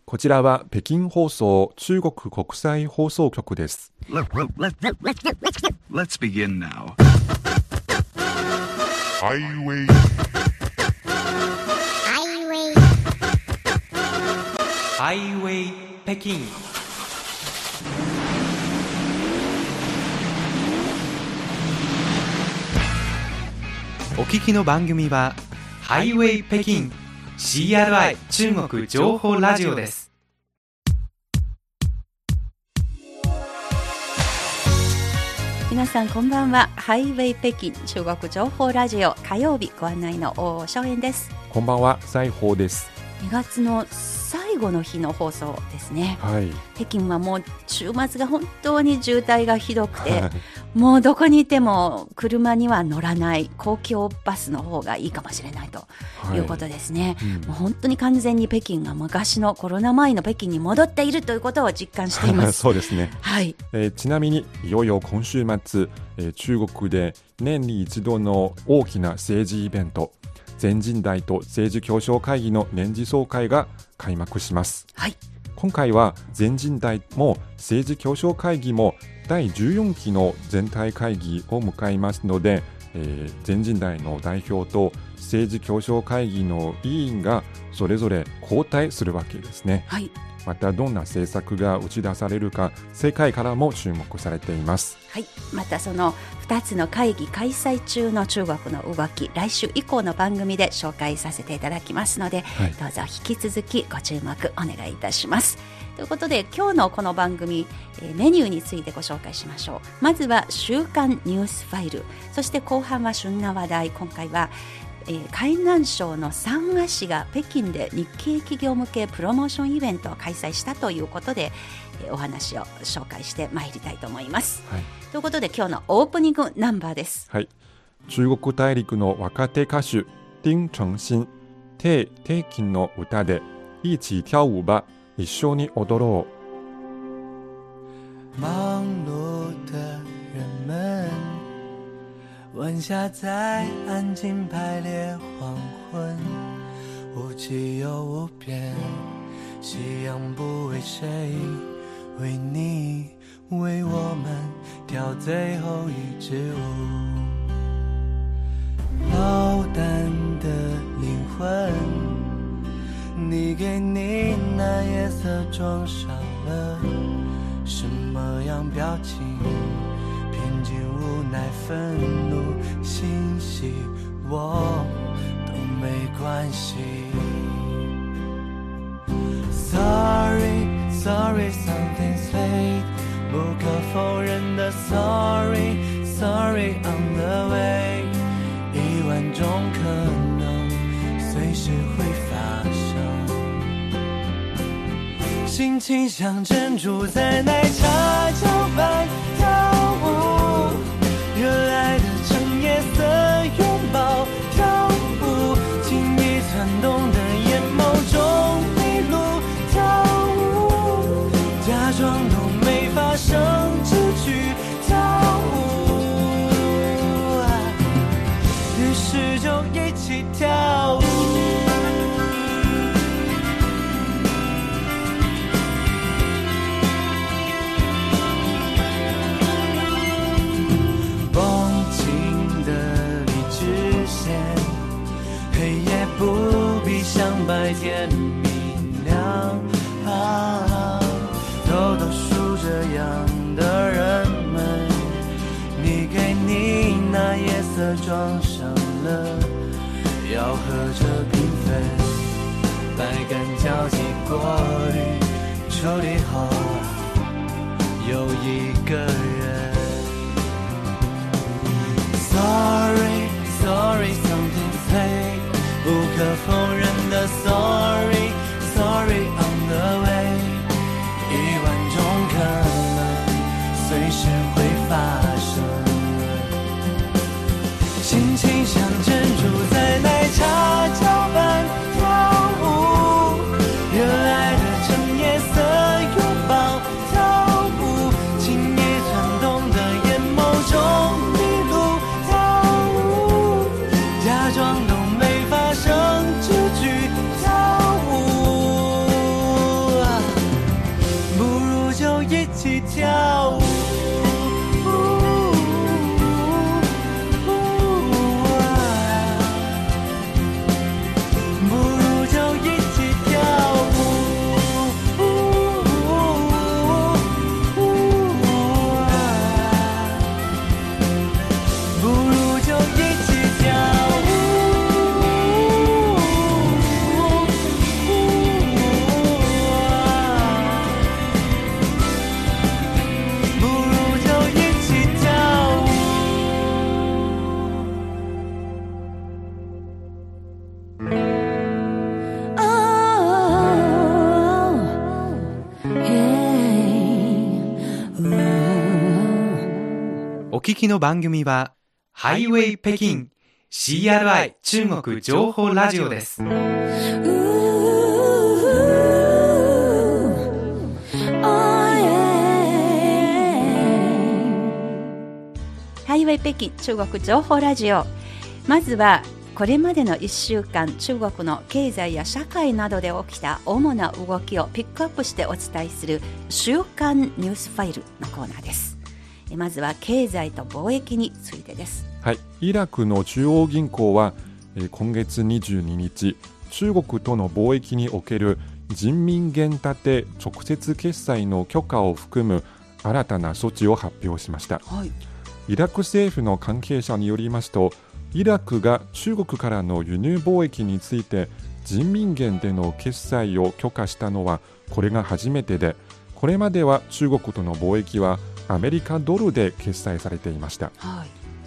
こちらは北京放送中国国際放送局です。 Let's begin now. Highway 北京。お聞きの番組はハイウェイ北京 CRI 中国情報ラジオです。 皆さんこんばんは。ハイウェイ北京中国情報ラジオ火曜日ご案内の大正円です。 こんばんは、西宝です。 2月の最後の日の放送ですね、 はい、 北京はもう週末が本当に渋滞がひどくてもうどこにいても車には乗らない公共バスの方がいいかもしれないということですね、もう本当に完全に北京が昔のコロナ前の北京に戻っているということを実感していますそうですね、 はい。 ちなみにいよいよ今週末、中国で年に一度の大きな政治イベント、全人代と政治協商会議の年次総会が開幕します、 はい。 今回は全人代も政治協商会議も第14期の全体会議を迎えますので、全人代の代表と政治協商会議の委員がそれぞれ交代するわけですね、はい。またどんな政策が打ち出されるか世界からも注目されています、 はい。またその2つの会議開催中の中国の動き、来週以降の番組で紹介させていただきますので、はい、どうぞ引き続きご注目お願いいたします。ということで今日のこの番組、メニューについてご紹介しましょう。まずは週刊ニュースファイル、そして後半は旬な話題。今回は海南省の三亜市が北京で日系企業向けプロモーションイベントを開催したということで、お話を紹介してまいりたいと思います、はい。ということで今日のオープニングナンバーです、はい。 中国大陸の若手歌手丁承信、丁金の歌で一起跳舞吧、一緒に踊ろう。忙碌的人們晚霞在安靜排列黃昏，無際又無邊，夕陽不為誰，為你為我們跳最後一支舞。落單的靈魂，你給你那夜色裝上了什麼樣表情？平靜無奈憤怒欣喜我都沒關係。 Sorry something's late， 不可否認的 Sorry on the way， 一萬種可能隨時會發生，心情像珍珠在奶茶攪拌跳舞，熱愛的橙夜色擁抱跳舞，輕易竄動的眼眸中迷路跳舞，假裝都沒發生只去跳舞，於是就一起跳舞。不必像白天明亮，偷偷數這樣的人們，你給你那夜色裝上了，要和着繽紛，百感交集過濾處理後，有一個人。 Sorry something's late， 不可否認的 Sorry on the way， 一萬種可能隨時會發生，心情像珍珠在奶茶攪拌跳舞，熱愛的橙夜色擁抱跳舞，輕易竄起跳舞。不如就一起跳舞。不如就一起跳舞。 お聞きの番組はハイウェイ北京 CRI 中国情報ラジオです。 ハイウェイ北京中国情報ラジオ。まずはこれまでの1週間、中国の経済や社会などで起きた主な動きをピックアップしてお伝えする週刊ニュースファイルのコーナーです。まずは経済と貿易についてです。 はい、イラクの中央銀行は今月22日、中国との貿易における人民元建て直接決済の許可を含む新たな措置を発表しました。 はい、 イラク政府の関係者によりますと、イラクが中国からの輸入貿易について人民元での決済を許可したのはこれが初めてで、これまでは中国との貿易はアメリカドルで決済されていました。 はい、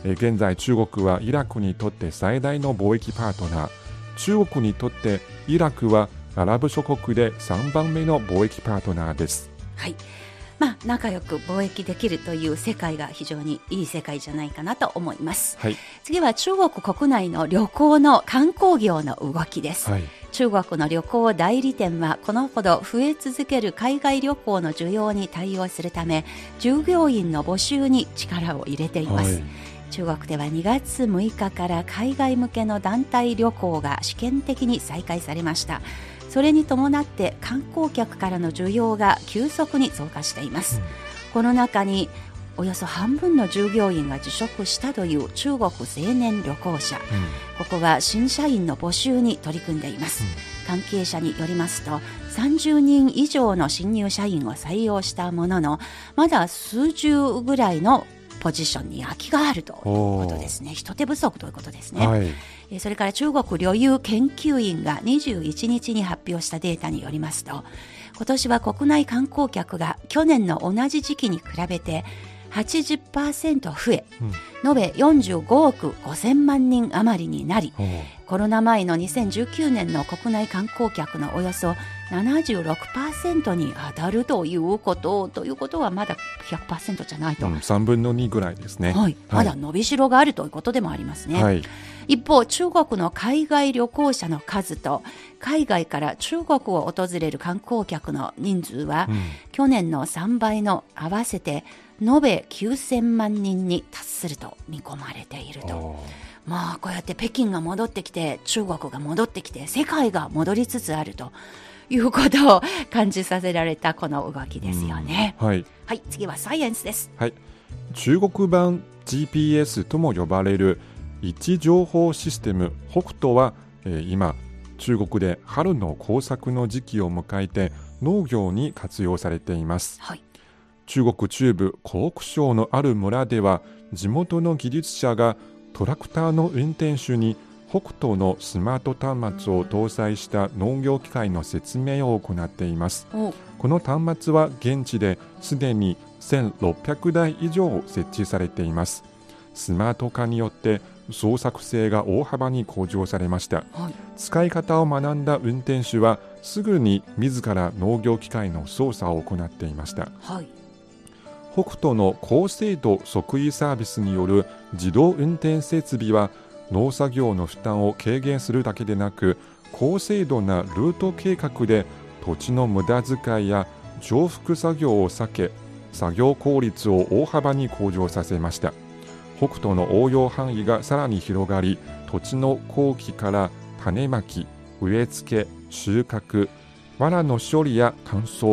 現在中国はイラクにとって最大の貿易パートナー、中国にとってイラクはアラブ諸国で3番目の貿易パートナーです。 はい、仲良く貿易できるという世界が非常にいい世界じゃないかなと思います。 はい、 次は中国国内の旅行の観光業の動きです。 はい、 中国の旅行代理店はこのほど増え続ける海外旅行の需要に対応するため、従業員の募集に力を入れています。はい、中国では2月6日から海外向けの団体旅行が試験的に再開されました。それに伴って観光客からの需要が急速に増加しています。この中におよそ半分の従業員が辞職したという中国青年旅行者、ここは新社員の募集に取り組んでいます。関係者によりますと、30人以上の新入社員を採用したものの、まだ数十ぐらいのポジションに空きがあるということですね。人手不足ということですね。 はい、 それから中国旅遊研究院が21日に発表したデータによりますと、今年は国内観光客が去年の同じ時期に比べて 80% 増え、延べ45億5000万人余りになり、コロナ前の2019年の国内観光客のおよそ 76% に当たるということはまだ 100% じゃないと、 3分の2ぐらいですね。 はい、まだ伸びしろがあるということでもありますね。 はい、 一方、中国の海外旅行者の数と海外から中国を訪れる観光客の人数は、去年の3倍の合わせて延べ9000万人に達すると見込まれていると。こうやって北京が戻ってきて、中国が戻ってきて、世界が戻りつつあるということを感じさせられたこの動きですよね。 はいはい、次はサイエンスです。 はい、中国版 GPS とも呼ばれる位置情報システム北斗は、今中国で春の耕作の時期を迎えて農業に活用されています。 はい、 中国中部湖北省のある村では、地元の技術者がトラクターの運転手に北斗のスマート端末を搭載した農業機械の説明を行っています。この端末は現地ですでに1600台以上設置されています。スマート化によって操作性が大幅に向上されました。 はい、 使い方を学んだ運転手はすぐに自ら農業機械の操作を行っていました。 はい、 北斗の高精度測位サービスによる自動運転設備は、農作業の負担を軽減するだけでなく、高精度なルート計画で土地の無駄遣いや重複作業を避け、作業効率を大幅に向上させました。北斗の応用範囲がさらに広がり、土地の後期から種まき、植え付け、収穫、藁の処理や乾燥、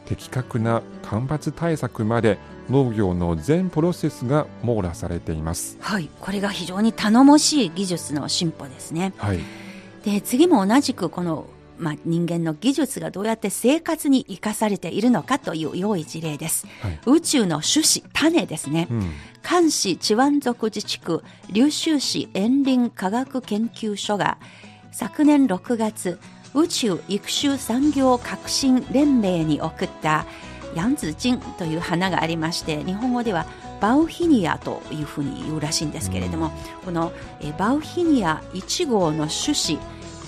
的確な干ばつ対策まで農業の全プロセスが網羅されています。 はい、これが非常に頼もしい技術の進歩ですね。 はい、 で次も同じくこの、人間の技術がどうやって生活に生かされているのかという良い事例です。はい、宇宙の種子、種ですね。韓市チワン族自治区柳州市園林科学研究所が昨年6月宇宙育種産業革新連盟に送ったヤンズジンという花がありまして、日本語ではバウヒニアというふうに言うらしいんですけれども、このバウヒニア1号の種子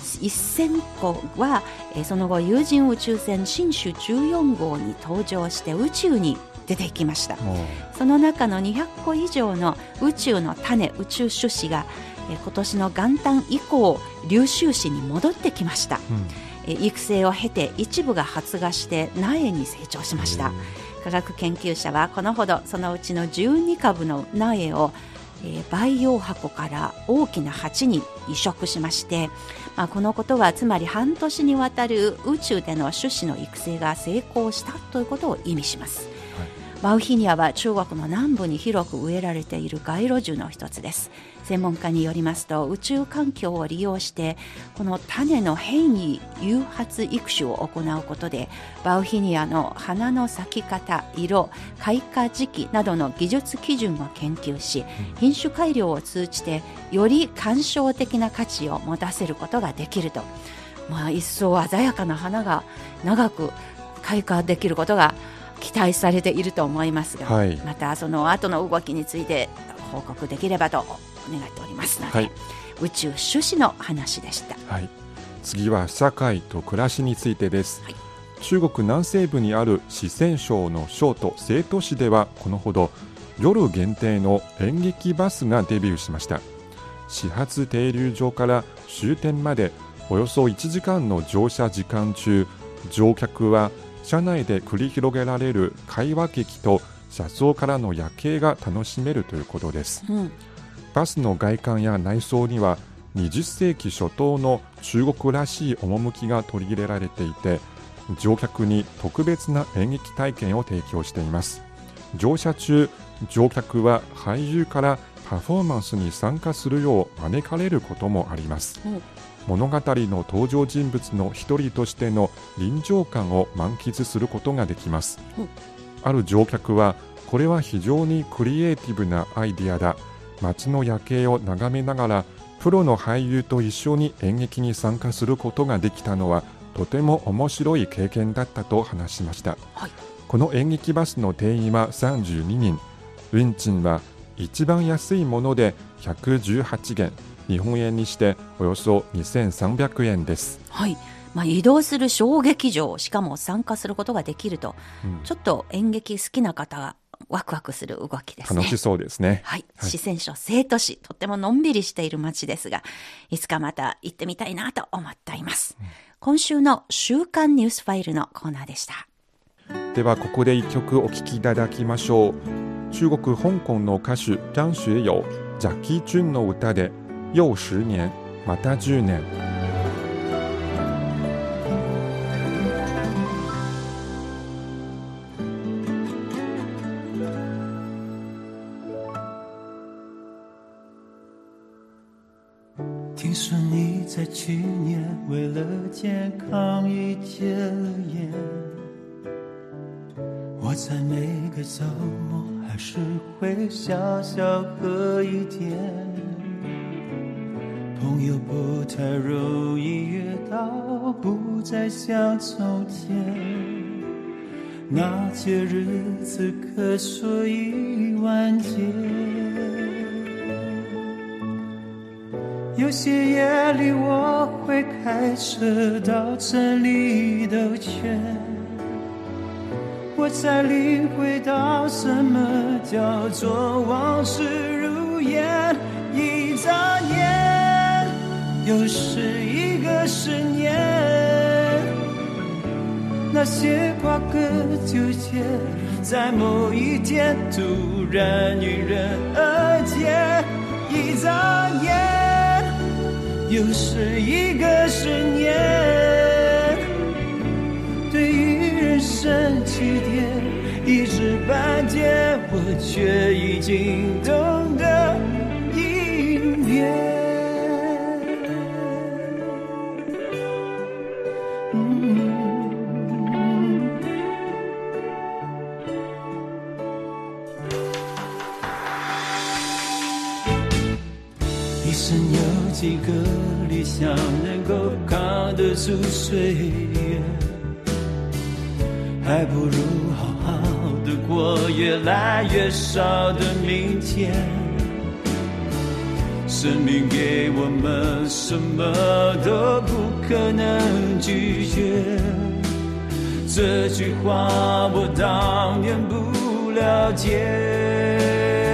1000個はその後有人宇宙船神舟14号に搭乗して宇宙に出ていきました。その中の200個以上の宇宙の種、宇宙種子が今年の元旦以降柳州市に戻ってきました。育成を経て一部が発芽して苗に成長しました。科学研究者はこのほどそのうちの12株の苗を培養箱から大きな鉢に移植しまして、このことはつまり半年にわたる宇宙での種子の育成が成功したということを意味します。バウヒニアは中国の南部に広く植えられている街路樹の一つです。専門家によりますと、宇宙環境を利用してこの種の変異誘発育種を行うことで、バウヒニアの花の咲き方、色、開花時期などの技術基準を研究し、品種改良を通じてより鑑賞的な価値を持たせることができると、一層鮮やかな花が長く開花できることが期待されていると思いますが、またその後の動きについて報告できればと願っておりますので、宇宙種子の話でした。 次は社会と暮らしについてです。中国南西部にある四川省の省都成都市ではこのほど夜限定の演劇バスがデビューしました。始発停留所から終点までおよそ1時間の乗車時間中、乗客は車内で繰り広げられる会話劇と車窓からの夜景が楽しめるということです。バスの外観や内装には20世紀初頭の中国らしい趣が取り入れられていて、乗客に特別な演劇体験を提供しています。乗車中、乗客は俳優からパフォーマンスに参加するよう招かれることもあります。物語の登場人物の一人としての臨場感を満喫することができます。ある乗客は、これは非常にクリエイティブなアイディアだ、街の夜景を眺めながらプロの俳優と一緒に演劇に参加することができたのはとても面白い経験だったと話しました。この演劇バスの定員は32人、運賃は一番安いもので118元、日本円にしておよそ2300円です。 移動する小劇場、しかも参加することができると、ちょっと演劇好きな方がワクワクする動きですね。 楽しそうですね。 四川省成都市、とってものんびりしている街ですが、いつかまた行ってみたいなと思っています。今週の週刊ニュースファイルのコーナーでした。 ではここで一曲お聴きいただきましょう。中国香港の歌手張学友、ジャッキー・チュンの歌で又10年、また10年。 听说你在去年为了健康已戒了烟，我在每个周末还是会小小喝一点，朋友不太容易约到，不再像从前，那些日子可说已完结。有些夜里我会开车到城里兜圈，我才领会到什么叫做往事如烟。一眨眼又是一个10年，那些瓜葛纠结在某一天突然迎刃而解。一眨眼又是一个10年，对于人生生起点，一知半解，我却已经懂得应变。一生有几个理想能够扛得住岁月，还不如好好的过越来越少的明天。生命给我们什么都不可能拒绝，这句话我当年不了解。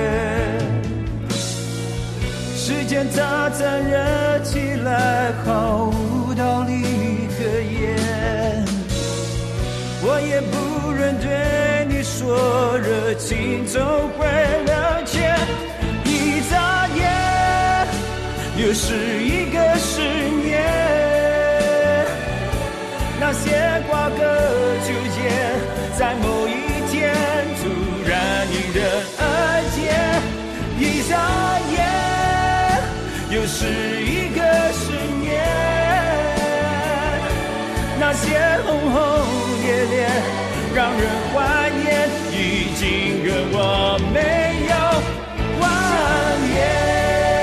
时间它残忍起来毫无道理可言，我也不忍对你说热情总会冷却。一眨眼又是一个10年，那些瓜葛纠结在某一天突然迎刃而解。一眨眼又是一个10年，那些轰轰烈烈让人怀念，已经跟我没有关联。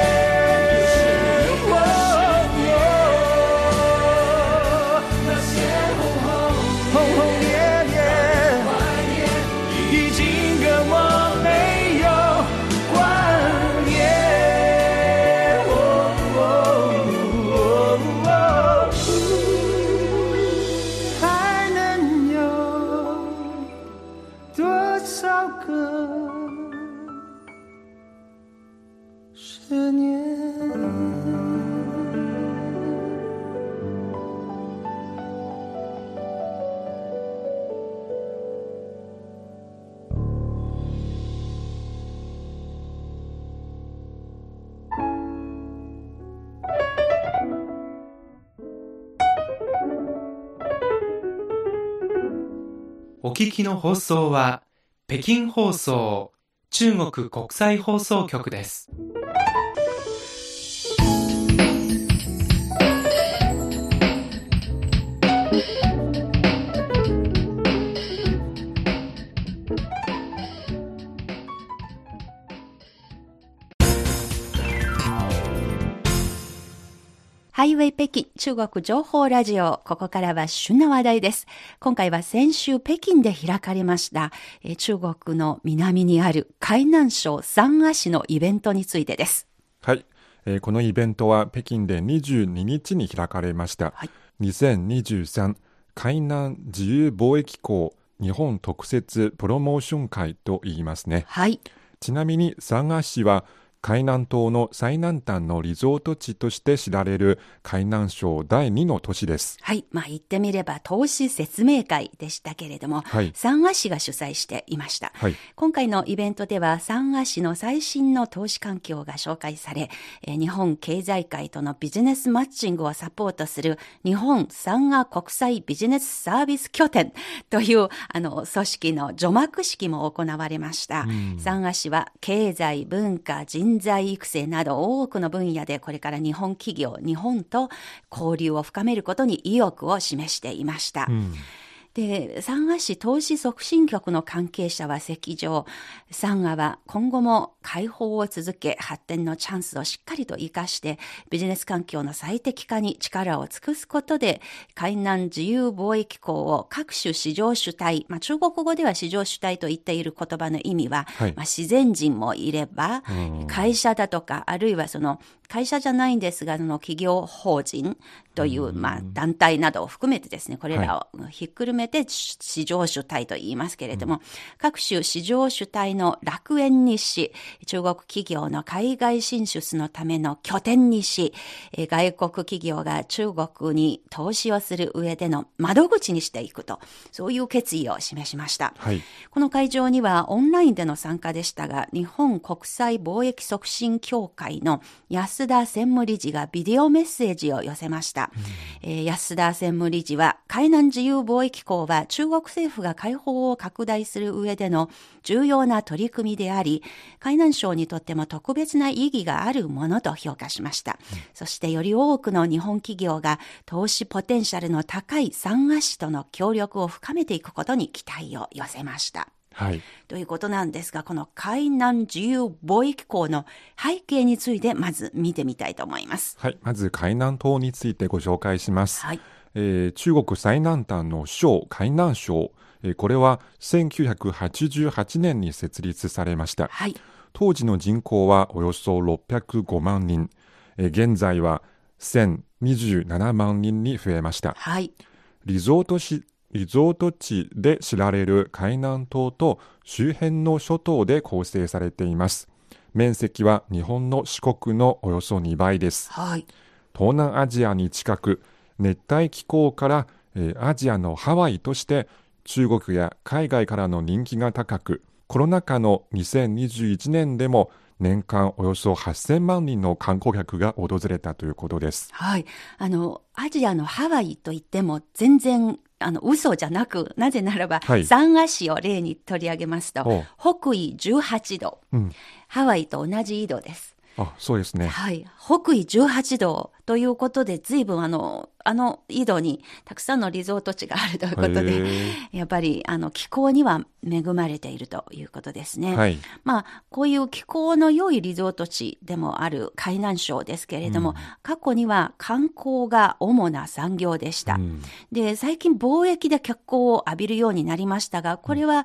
那些轰轰烈烈已经跟我没有关联。10年。 お聞きの放送は北京放送中国国際放送局です。 ハイウェイ北京中国情報ラジオ。ここからは旬な話題です。今回は先週北京で開かれました中国の南にある海南省三亜市のイベントについてです。 はい、このイベントは北京で22日に開かれました、はい、2023海南自由貿易港日本特設プロモーション会と言いますね、はい、ちなみに三亜市は海南島の最南端のリゾート地として知られる海南省第2の都市です。 はい、言ってみれば投資説明会でしたけれども、はい、三亜市が主催していました、はい、今回のイベントでは三亜市の最新の投資環境が紹介され、日本経済界とのビジネスマッチングをサポートする日本三亜国際ビジネスサービス拠点という組織の除幕式も行われました。三亜市は経済、文化、人材育成など多くの分野でこれから日本企業、日本と交流を深めることに意欲を示していました。で、三亜市投資促進局の関係者は席上、三亜は今後も開放を続け、発展のチャンスをしっかりと生かして、ビジネス環境の最適化に力を尽くすことで、海南自由貿易港を各種市場主体、中国語では市場主体と言っている言葉の意味は、はい、自然人もいれば、会社だとか、あるいはその会社じゃないんですが、企業法人という、団体などを含めてですね、これらをひっくるめて市場主体と言いますけれども、各種市場主体の楽園にし、中国企業の海外進出のための拠点にし、外国企業が中国に投資をする上での窓口にしていくと、そういう決意を示しました。はい、この会場にはオンラインでの参加でしたが、日本国際貿易促進協会の安田専務理事がビデオメッセージを寄せました。 。安田専務理事は、海南自由貿易港は中国政府が開放を拡大する上での重要な取り組みであり、海南省にとっても特別な意義があるものと評価しました。そしてより多くの日本企業が投資ポテンシャルの高い三亜市との協力を深めていくことに期待を寄せました。 はい。 ということなんですが、この海南自由貿易港の背景についてまず見てみたいと思います。 はい。まず海南島についてご紹介します。 はい。 中国最南端の省、海南省。これは1988年に設立されました。 はい。 当時の人口はおよそ605万人。現在は1027万人に増えました。 はい。 リゾート地で知られる海南島と周辺の諸島で構成されています。面積は日本の四国のおよそ2倍です。 はい。 東南アジアに近く、熱帯気候からアジアのハワイとして中国や海外からの人気が高く、コロナ禍の2021年でも年間およそ8000万人の観光客が訪れたということです。 はい。アジアのハワイといっても全然嘘じゃなく、なぜならば、 はい、 三亜市を例に取り上げますと、北緯18度、ハワイと同じ緯度です。 あ、そうですね。 はい。北緯18度ということで、随分緯度にたくさんのリゾート地があるということで、やっぱり気候には恵まれているということですね。 はい。 まあ、こういう気候の良いリゾート地でもある海南省ですけれども、過去には観光が主な産業でした。で、最近貿易で脚光を浴びるようになりましたが、これは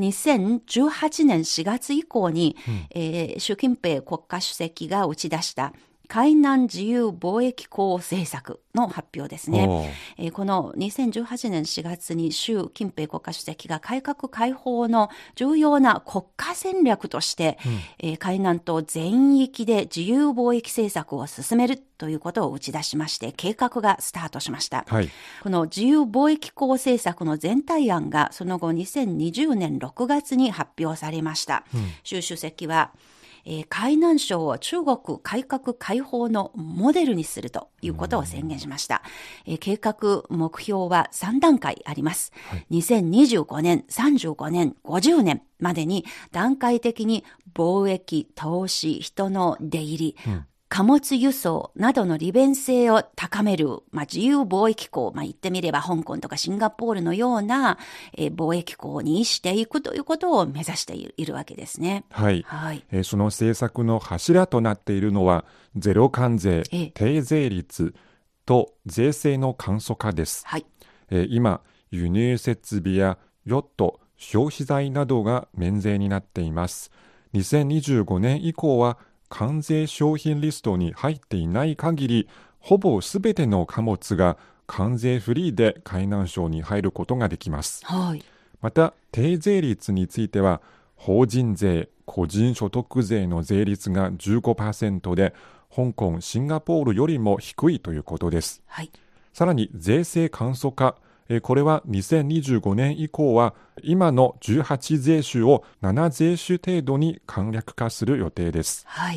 2018年4月以降に、習近平国家主席が打ち出した海南自由貿易港政策の発表ですね。この2018年4月に習近平国家主席が改革開放の重要な国家戦略として、海南島全域で自由貿易政策を進めるということを打ち出しまして、計画がスタートしました。 はい、 この自由貿易港政策の全体案がその後2020年6月に発表されました。習主席は海南省を中国改革開放のモデルにするということを宣言しました。計画目標は3段階あります。はい、2025年、35年、50年までに段階的に貿易、投資、人の出入り、貨物輸送などの利便性を高める、自由貿易港、言ってみれば香港とかシンガポールのような、貿易港にしていくということを目指しているわけですね。 はい。はい。その政策の柱となっているのは、ゼロ関税、低税率と税制の簡素化です。はい。今、輸入設備やヨット、消費財などが免税になっています。2025年以降は、関税商品リストに入っていない限り、ほぼすべての貨物が関税フリーで海南省に入ることができます。はい、また、低税率については、法人税、個人所得税の税率が 15% で、香港、シンガポールよりも低いということです。はい、さらに、税制簡素化。これは2025年以降は今の18税種を7税種程度に簡略化する予定です。はい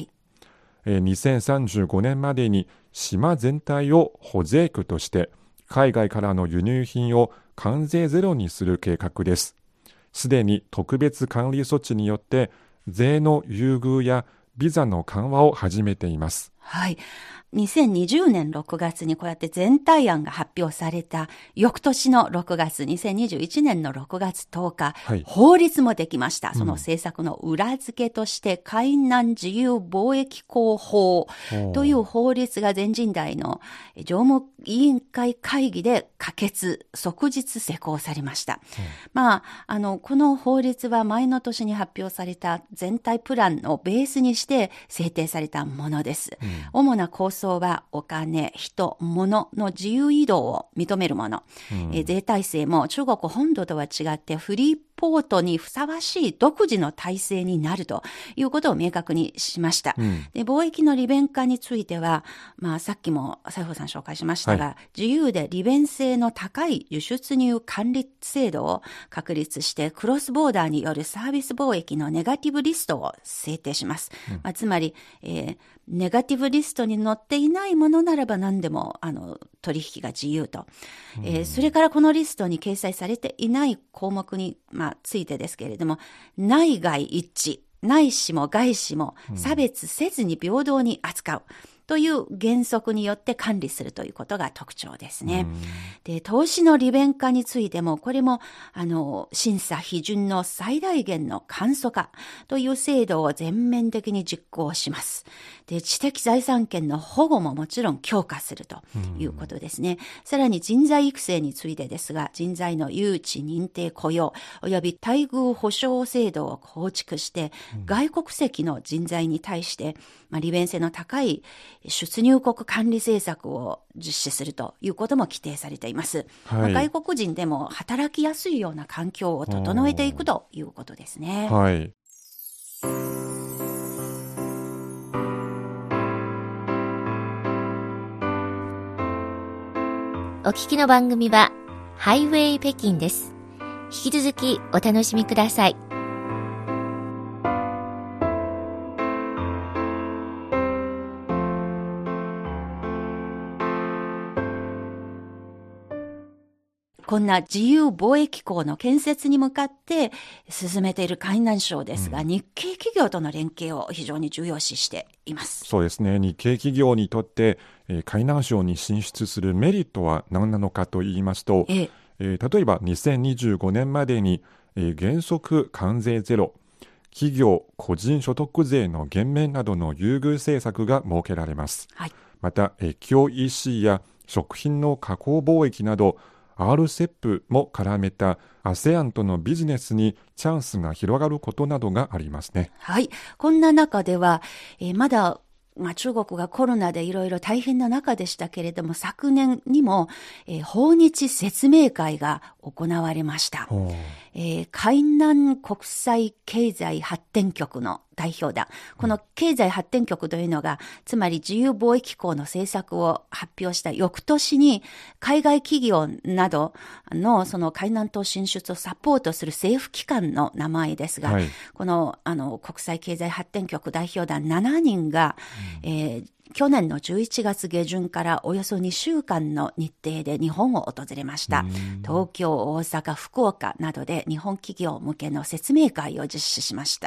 、2035年までに島全体を保税区として海外からの輸入品を関税ゼロにする計画です。すでに特別管理措置によって税の優遇やビザの緩和を始めています。 はい。2020年6月にこうやって全体案が発表された翌年の6月、2021年の6月10日、はい、法律もできました。その政策の裏付けとして海南自由貿易港法という法律が全人代の常務委員会会議で可決、即日施行されました。この法律は前の年に発表された全体プランをベースにして制定されたものです。主な構想はお金、人、物の自由移動を認めるもの。税体制も中国本土とは違ってフリーポートにふさわしい独自の体制になるということを明確にしました。で、貿易の利便化については、さっきも西郷さん紹介しましたが、自由で利便性の高い輸出入管理制度を確立してクロスボーダーによるサービス貿易のネガティブリストを制定します。つまり、ネガティブリストに載っていないものならば何でも取引が自由と、それからこのリストに掲載されていない項目に、ついてですけれども、内外一致、内視も外視も差別せずに平等に扱うという原則によって管理するということが特徴ですね。で、投資の利便化についても、これも審査批准の最大限の簡素化という制度を全面的に実行します。で、知的財産権の保護ももちろん強化するということですね。さらに人材育成についてですが、人材の誘致、認定、雇用および待遇保障制度を構築して、外国籍の人材に対して、利便性の高い出入国管理政策を実施するということも規定されています。外国人でも働きやすいような環境を整えていくということですね。 はい。 お聞きの番組はハイウェイ北京です。引き続きお楽しみください。 こんな自由貿易港の建設に向かって進めている海南省ですが、日系企業との連携を非常に重要視しています。 そうですね。日系企業にとって海南省に進出するメリットは何なのかと言いますと、例えば2025年までに、原則関税ゼロ、企業個人所得税の減免などの優遇政策が設けられます。また越境 EC や食品の加工貿易などRCEP も絡めた ASEAN とのビジネスにチャンスが広がることなどがありますね。 はい。こんな中では、まだ中国がコロナでいろいろ大変な中でしたけれども、昨年にも、訪日説明会が行われました。海南国際経済発展局の代表団。この経済発展局というのが、つまり自由貿易港の政策を発表した翌年に、海外企業などのその海南島進出をサポートする政府機関の名前ですが、この国際経済発展局代表団7人が、去年の11月下旬からおよそ2週間の日程で日本を訪れました。東京、大阪、福岡などで日本企業向けの説明会を実施しました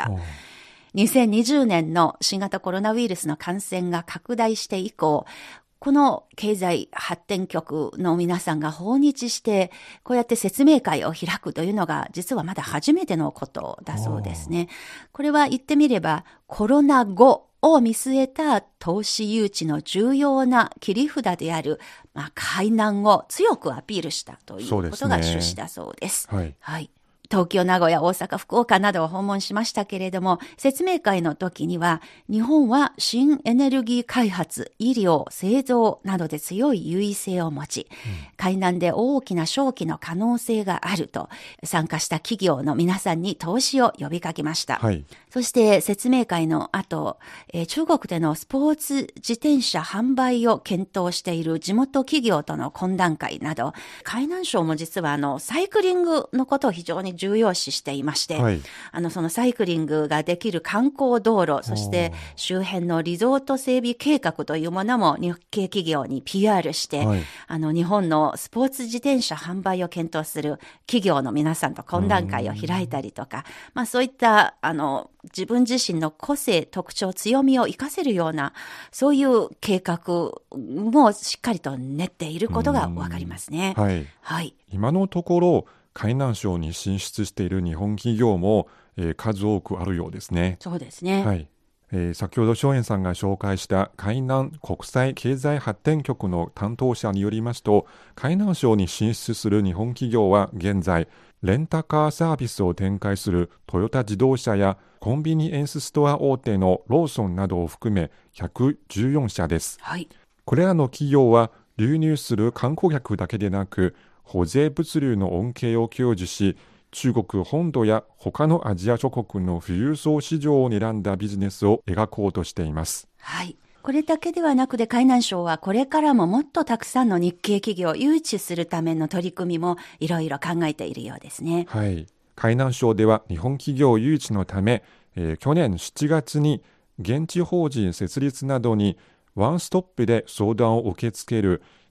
。2020年の新型コロナウイルスの感染が拡大して以降、この経済発展局の皆さんが訪日して、こうやって説明会を開くというのが実はまだ初めてのことだそうですね。これは言ってみればコロナ後を見据えた投資誘致の重要な切り札である、海南を強くアピールしたということが趣旨だそうです。東京、名古屋、大阪、福岡などを訪問しましたけれども、説明会の時には、日本は新エネルギー開発、医療、製造などで強い優位性を持ち、海南で大きな商機の可能性があると、参加した企業の皆さんに投資を呼びかけました。そして説明会の後、中国でのスポーツ自転車販売を検討している地元企業との懇談会など、海南省も実はサイクリングのことを非常に重要視していまして、そのサイクリングができる観光道路、そして周辺のリゾート整備計画というものも日系企業に PR して、日本のスポーツ自転車販売を検討する企業の皆さんと懇談会を開いたりとか、そういった自分自身の個性、特徴、強みを生かせるような、そういう計画もしっかりと練っていることがわかりますね。 今のところ海南省に進出している日本企業も、数多くあるようですね。 そうですね。 先ほど松園さんが紹介した海南国際経済発展局の担当者によりますと、海南省に進出する日本企業は現在レンタカーサービスを展開するトヨタ自動車やコンビニエンスストア大手のローソンなどを含め114社です。これらの企業は流入する観光客だけでなく、保税物流の恩恵を享受し、中国本土や他のアジア諸国の富裕層市場を睨んだビジネスを描こうとしています。 これだけではなくて、海南省はこれからももっとたくさんの日系企業を誘致するための取り組みもいろいろ考えているようですね。 海南省では日本企業誘致のため、去年7月に現地法人設立などにワンストップで相談を受け付ける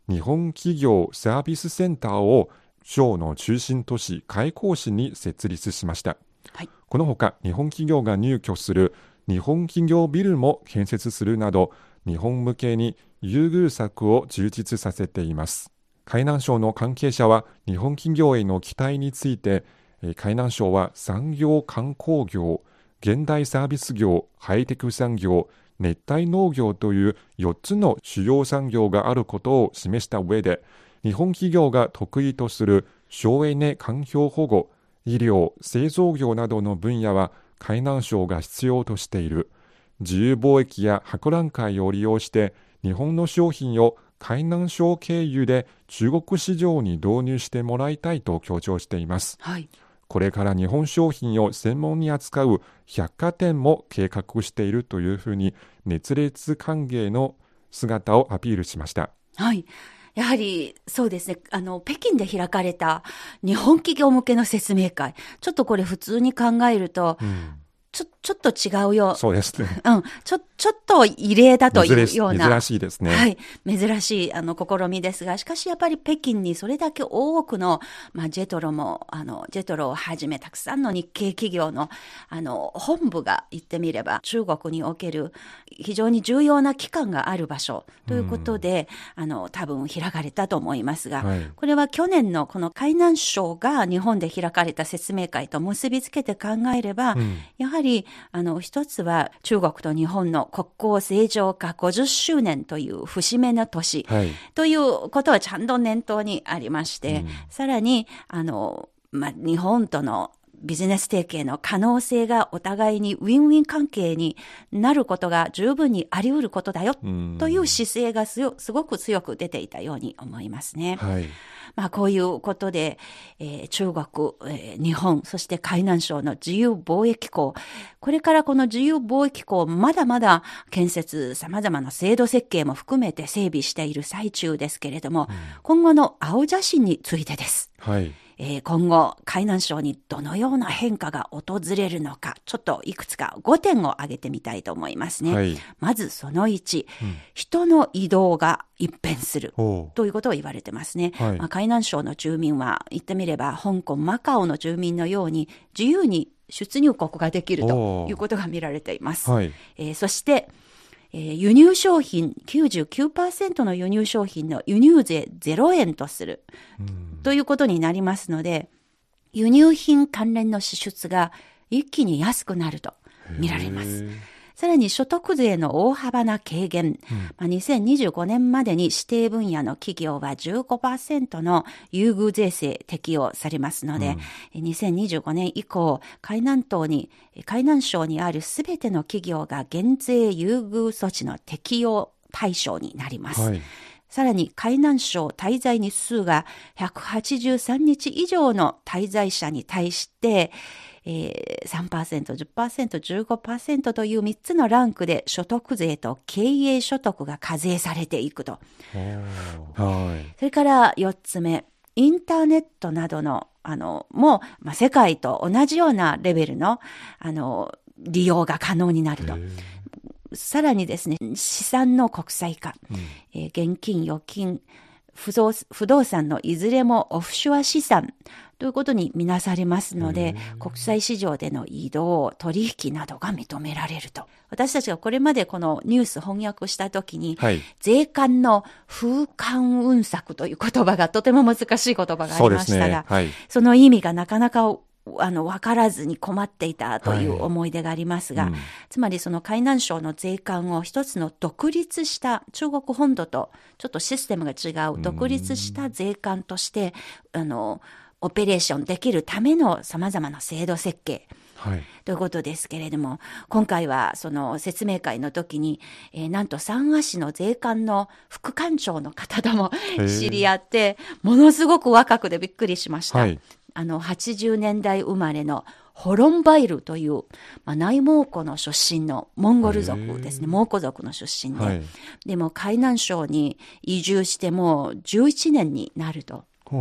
日本企業サービスセンターを省の中心都市開港市に設立しました。 はい、 このほか日本企業が入居する日本企業ビルも建設するなど、日本向けに優遇策を充実させています。海南省の関係者は日本企業への期待について、海南省は産業観光業、現代サービス業、ハイテク産業、熱帯農業という4つの主要産業があることを示した上で、日本企業が得意とする省エネ環境保護、医療、製造業などの分野は海南省が必要としている。自由貿易や博覧会を利用して日本の商品を海南省経由で中国市場に導入してもらいたいと強調しています。 はい、 これから日本商品を専門に扱う百貨店も計画しているというふうに熱烈歓迎の姿をアピールしました。 はい、やはりそうですね、北京で開かれた日本企業向けの説明会、ちょっとこれ普通に考えると、ちょっと違うよ。 そうですね。 ちょっと異例だというような。 珍しいですね。 はい。珍しい、試みですが、しかしやっぱり北京にそれだけ多くの、ジェトロをはじめたくさんの日系企業の、本部が言ってみれば、中国における非常に重要な機関がある場所ということで、多分開かれたと思いますが、これは去年のこの海南省が日本で開かれた説明会と結びつけて考えれば、やはり一つは中国と日本の国交正常化50周年という節目の年、ということはちゃんと念頭にありまして、さらに日本とのビジネス提携の可能性がお互いにウィンウィン関係になることが十分にあり得ることだよという姿勢がすごく強く出ていたように思いますね。こういうことで、中国、日本、そして海南省の自由貿易港、これからこの自由貿易港まだまだ建設、様々な制度設計も含めて整備している最中ですけれども、今後の青写真についてです。今後、海南省にどのような変化が訪れるのか、ちょっといくつか5点を挙げてみたいと思いますね。まずその1、人の移動が一変するということを言われてますね。海南省の住民は言ってみれば香港、マカオの住民のように自由に出入国ができるということが見られています。そして輸入商品 99% の輸入商品の輸入税0円とするということになりますので、輸入品関連の支出が一気に安くなると見られます。さらに所得税の大幅な軽減、2025年までに指定分野の企業は 15% の優遇税制適用されますので、2025年以降、海南省にあるすべての企業が減税優遇措置の適用対象になります。さらに海南省滞在日数が183日以上の滞在者に対して、3%、10%、15% という3つのランクで所得税と経営所得が課税されていくと。それから4つ目、インターネットなどの、もう、世界と同じようなレベルの、利用が可能になると。さらにですね、資産の国際化、現金、預金、不動産のいずれもオフショア資産ということに見なされますので、国際市場での移動、取引などが認められると。私たちがこれまでこのニュース翻訳したときに、税関の風関運作という言葉がとても難しい言葉がありましたが、その意味がなかなか分からずに困っていたという思い出がありますが、つまりその海南省の税関を一つの独立した中国本土とちょっとシステムが違う独立した税関としてオペレーションできるための様々な制度設計、ということですけれども、今回はその説明会の時に、なんと三亜市の税関の副官長の方とも知り合って、ものすごく若くでびっくりしました。80年代生まれのホロンバイルという、内蒙古の出身のモンゴル族ですね、蒙古族の出身で、でも海南省に移住してもう11年になると。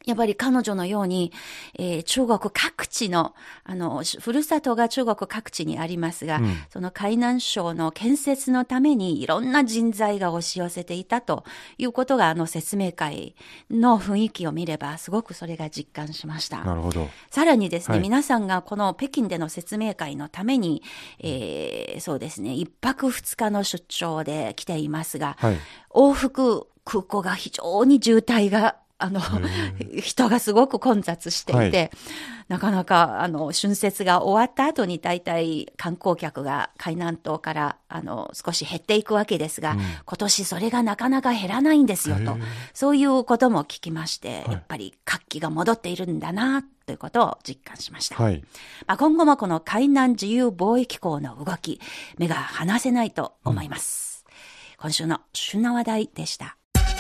やっぱり彼女のように、中国各地の、ふるさとが中国各地にありますが、その海南省の建設のためにいろんな人材が押し寄せていたということが、説明会の雰囲気を見れば、すごくそれが実感しました。 なるほど。 さらにですね、皆さんがこの北京での説明会のために、そうですね、1泊2日の出張で来ていますが、往復空港が非常に渋滞が人がすごく混雑していて、なかなか春節が終わった後に大体観光客が海南島から少し減っていくわけですが、今年それがなかなか減らないんですよと、そういうことも聞きまして、やっぱり活気が戻っているんだなということを実感しました。今後もこの海南自由貿易港の動き、目が離せないと思います。今週の旬な話題でした。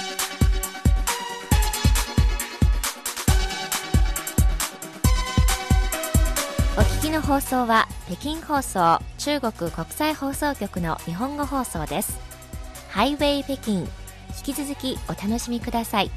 お聞きの放送は北京放送中国国際放送局の日本語放送です。ハイウェイ北京、引き続きお楽しみください。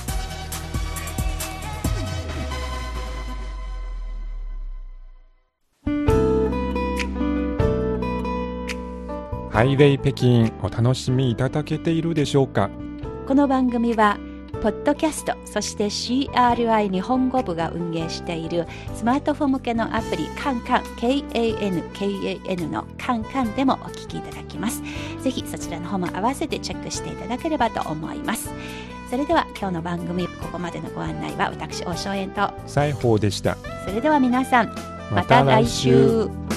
ハイウェイ北京、お楽しみいただけているでしょうか。 この番組はポッドキャスト、そして CRI 日本語部が運営しているスマートフォン向けのアプリカンカン KAN のカンカンでもお聞きいただきます。ぜひそちらの方も合わせてチェックしていただければと思います。それでは今日の番組、ここまでのご案内は私大正円と西宝でした。 それでは皆さん、また来週。